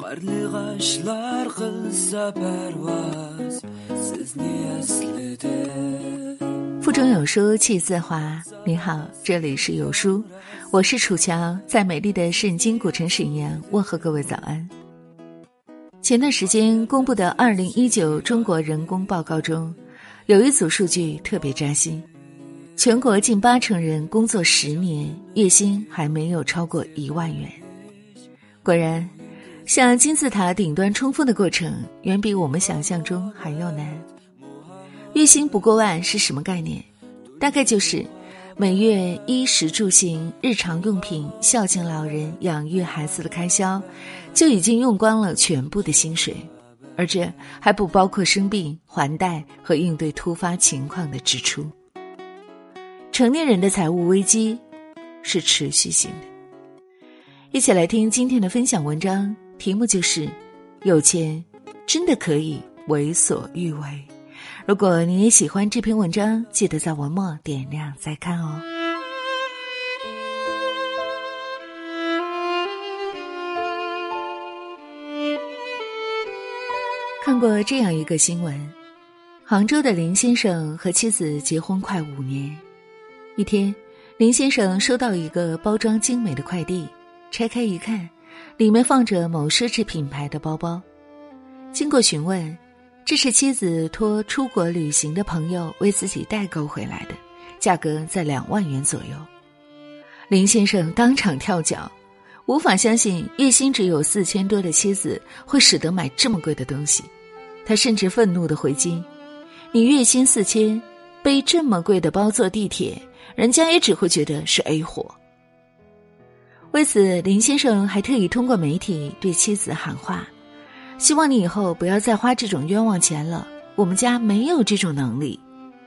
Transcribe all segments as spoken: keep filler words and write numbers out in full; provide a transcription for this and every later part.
腹中有书气自华。你好，这里是有书，我是楚乔，在美丽的圣经古城沈阳问候各位早安。前段时间公布的二零一九中国人工报告中，有一组数据特别扎心，全国近八成人工作十年，月薪还没有超过一万元。果然，向金字塔顶端冲锋的过程，远比我们想象中还要难。月薪不过万是什么概念？大概就是每月衣食住行、日常用品、孝敬老人、养育孩子的开销，就已经用光了全部的薪水，而这还不包括生病、还贷和应对突发情况的支出。成年人的财务危机是持续性的。一起来听今天的分享文章，题目就是有钱真的可以为所欲为。如果你也喜欢这篇文章，记得在文末点亮再看哦。看过这样一个新闻，杭州的林先生和妻子结婚快五年。一天，林先生收到一个包装精美的快递，拆开一看，里面放着某奢侈品牌的包包。经过询问，这是妻子托出国旅行的朋友为自己代购回来的，价格在两万元左右。林先生当场跳脚，无法相信月薪只有四千多的妻子会舍得买这么贵的东西。他甚至愤怒地回击：你月薪四千，背这么贵的包坐地铁，人家也只会觉得是 A 货。为此，林先生还特意通过媒体对妻子喊话，希望你以后不要再花这种冤枉钱了，我们家没有这种能力。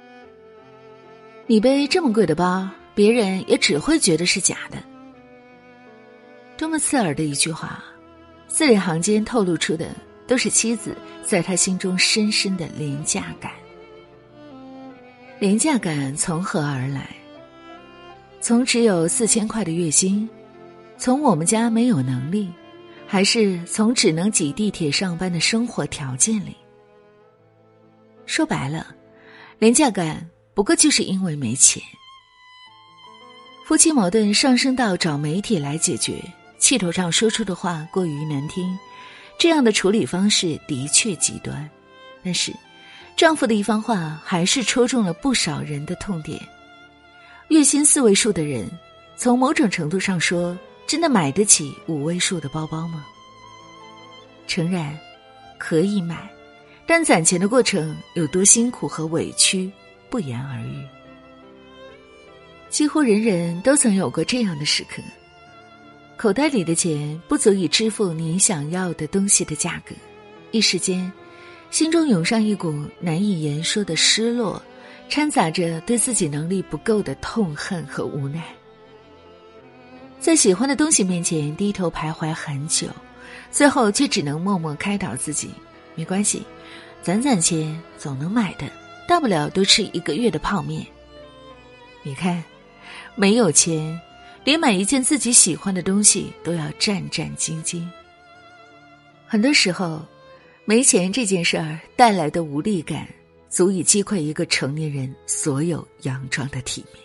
你背这么贵的包，别人也只会觉得是假的。多么刺耳的一句话，字里行间透露出的都是妻子在他心中深深的廉价感。廉价感从何而来？从只有四千块的月薪，从我们家没有能力，还是从只能挤地铁上班的生活条件里？说白了，廉价感不过就是因为没钱。夫妻矛盾上升到找媒体来解决，气头上说出的话过于难听，这样的处理方式的确极端。但是丈夫的一番话还是戳中了不少人的痛点。月薪四位数的人，从某种程度上说，真的买得起五位数的包包吗？诚然，可以买，但攒钱的过程有多辛苦和委屈，不言而喻。几乎人人都曾有过这样的时刻，口袋里的钱不足以支付你想要的东西的价格，一时间，心中涌上一股难以言说的失落，掺杂着对自己能力不够的痛恨和无奈。在喜欢的东西面前低头徘徊很久，最后却只能默默开导自己，没关系，攒攒钱总能买的，大不了多吃一个月的泡面。你看，没有钱，连买一件自己喜欢的东西都要战战兢兢。很多时候，没钱这件事儿带来的无力感，足以击溃一个成年人所有佯装的体面。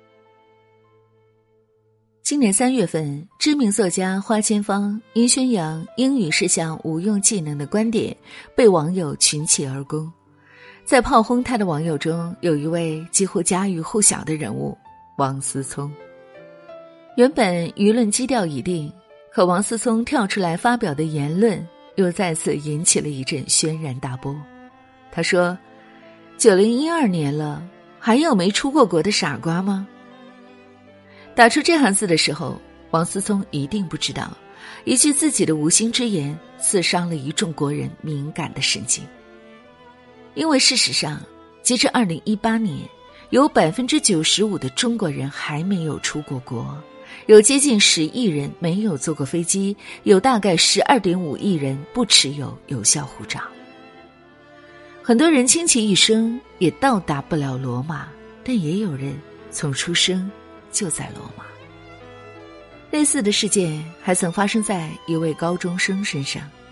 今年三月份，知名作家花千芳因宣扬英语是项无用技能的观点，被网友群起而攻。在炮轰他的网友中，有一位几乎家喻户晓的人物王思聪。原本舆论基调已定，可王思聪跳出来发表的言论又再次引起了一阵轩然大波。他说，九零一二年了，还有没出过国的傻瓜吗？打出这行字的时候，王思聪一定不知道，一句自己的无心之言刺伤了一众国人敏感的神经。因为事实上，截至二零一八年，有 百分之九十五 的中国人还没有出过国，有接近十亿人没有坐过飞机，有大概 十二点五亿人不持有有效护照。很多人倾其一生也到达不了罗马，但也有人从出生就在罗马。类似的事件还曾发生在一位高中生身上。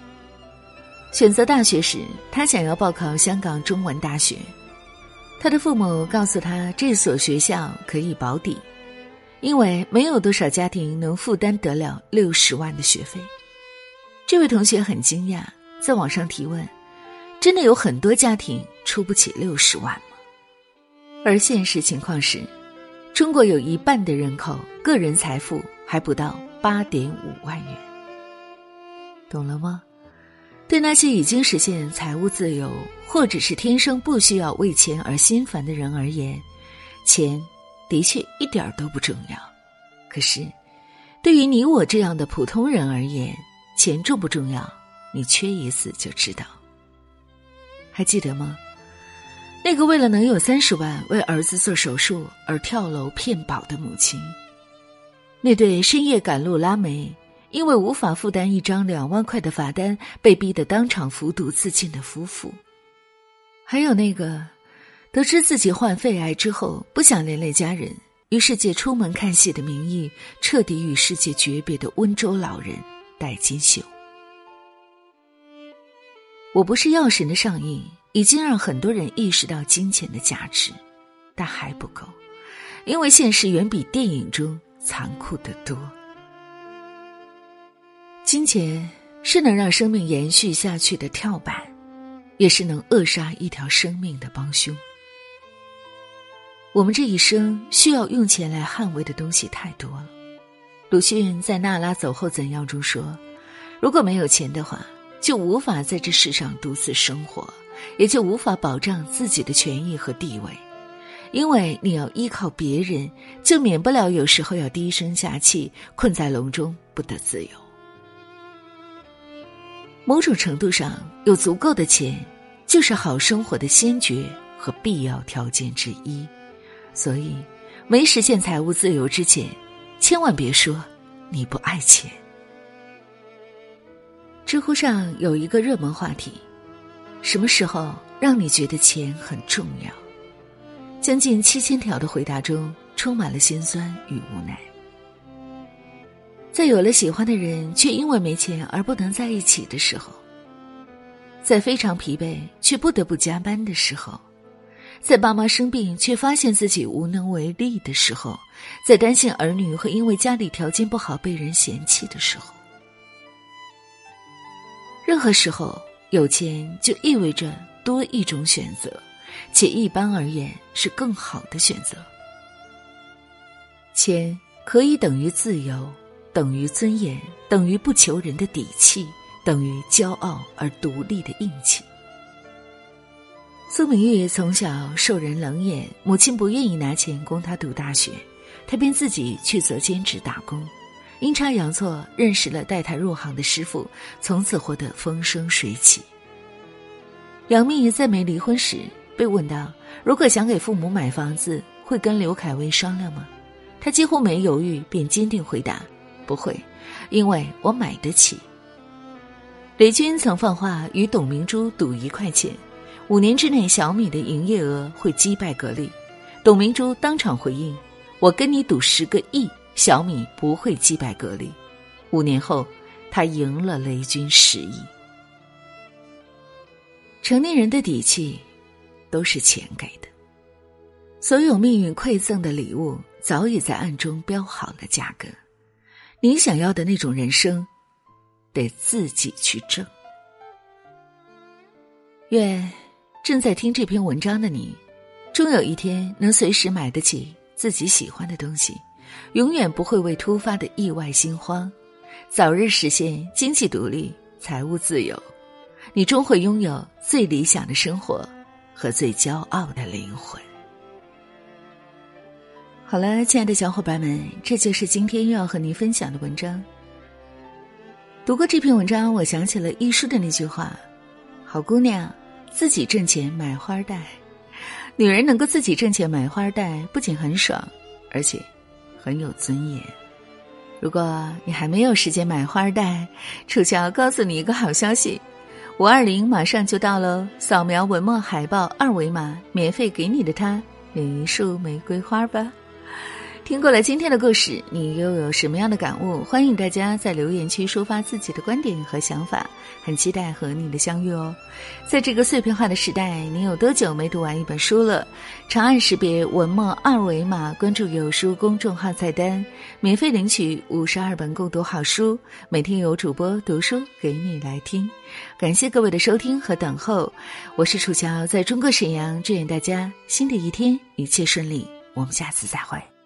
选择大学时，他想要报考香港中文大学。他的父母告诉他，这所学校可以保底，因为没有多少家庭能负担得了六十万的学费。这位同学很惊讶，在网上提问：真的有很多家庭出不起六十万吗？而现实情况是，中国有一半的人口个人财富还不到八点五万元。懂了吗？对那些已经实现财务自由，或者是天生不需要为钱而心烦的人而言，钱的确一点都不重要。可是，对于你我这样的普通人而言，钱重不重要，你缺一次就知道。还记得吗？那个为了能有三十万为儿子做手术而跳楼骗保的母亲，那对深夜赶路拉煤，因为无法负担一张两万块的罚单，被逼得当场服毒自尽的夫妇，还有那个得知自己患肺癌之后不想连累家人，于是借出门看戏的名义彻底与世界诀别的温州老人戴金秀。我不是药神的上映已经让很多人意识到金钱的价值，但还不够，因为现实远比电影中残酷得多。金钱是能让生命延续下去的跳板，也是能扼杀一条生命的帮凶。我们这一生需要用钱来捍卫的东西太多了。鲁迅在《娜拉走后怎样》中说，如果没有钱的话，就无法在这世上独自生活，也就无法保障自己的权益和地位。因为你要依靠别人，就免不了有时候要低声下气，困在笼中不得自由。某种程度上，有足够的钱就是好生活的先决和必要条件之一。所以没实现财务自由之前，千万别说你不爱钱。知乎上有一个热门话题，什么时候让你觉得钱很重要？将近七千条的回答中充满了心酸与无奈。在有了喜欢的人却因为没钱而不能在一起的时候，在非常疲惫却不得不加班的时候，在爸妈生病却发现自己无能为力的时候，在担心儿女会因为家里条件不好被人嫌弃的时候，任何时候有钱就意味着多一种选择，且一般而言是更好的选择。钱可以等于自由，等于尊严，等于不求人的底气，等于骄傲而独立的硬气。苏明玉从小受人冷眼，母亲不愿意拿钱供他读大学，他便自己去做兼职打工，阴差阳错认识了带他入行的师傅，从此活得风生水起。杨幂在没离婚时被问到，如果想给父母买房子，会跟刘恺威商量吗？他几乎没犹豫便坚定回答，不会，因为我买得起。雷军曾放话与董明珠赌一块钱，五年之内小米的营业额会击败格力。董明珠当场回应，我跟你赌十个亿，小米不会击败格力。五年后他赢了雷军十亿。成年人的底气都是钱给的，所有命运馈赠的礼物早已在暗中标好了价格。你想要的那种人生得自己去挣。愿正在听这篇文章的你，终有一天能随时买得起自己喜欢的东西，永远不会为突发的意外心慌，早日实现经济独立、财务自由，你终会拥有最理想的生活和最骄傲的灵魂。好了，亲爱的小伙伴们，这就是今天又要和您分享的文章。读过这篇文章，我想起了一书的那句话，好姑娘自己挣钱买花戴。女人能够自己挣钱买花戴，不仅很爽，而且很有尊严。如果你还没有时间买花戴，楚乔告诉你一个好消息，五二零马上就到喽，扫描文末海报二维码，免费给你的它领一束玫瑰花吧。 听过了今天的故事，你又有什么样的感悟？欢迎大家在留言区抒发自己的观点和想法，很期待和你的相遇哦。在这个碎片化的时代，你有多久没读完一本书了？长按识别文末二维码，关注有书公众号菜单，免费领取五十二本共读好书，每天有主播读书给你来听。感谢各位的收听和等候，我是楚乔，在中国沈阳，祝愿大家新的一天一切顺利，我们下次再会。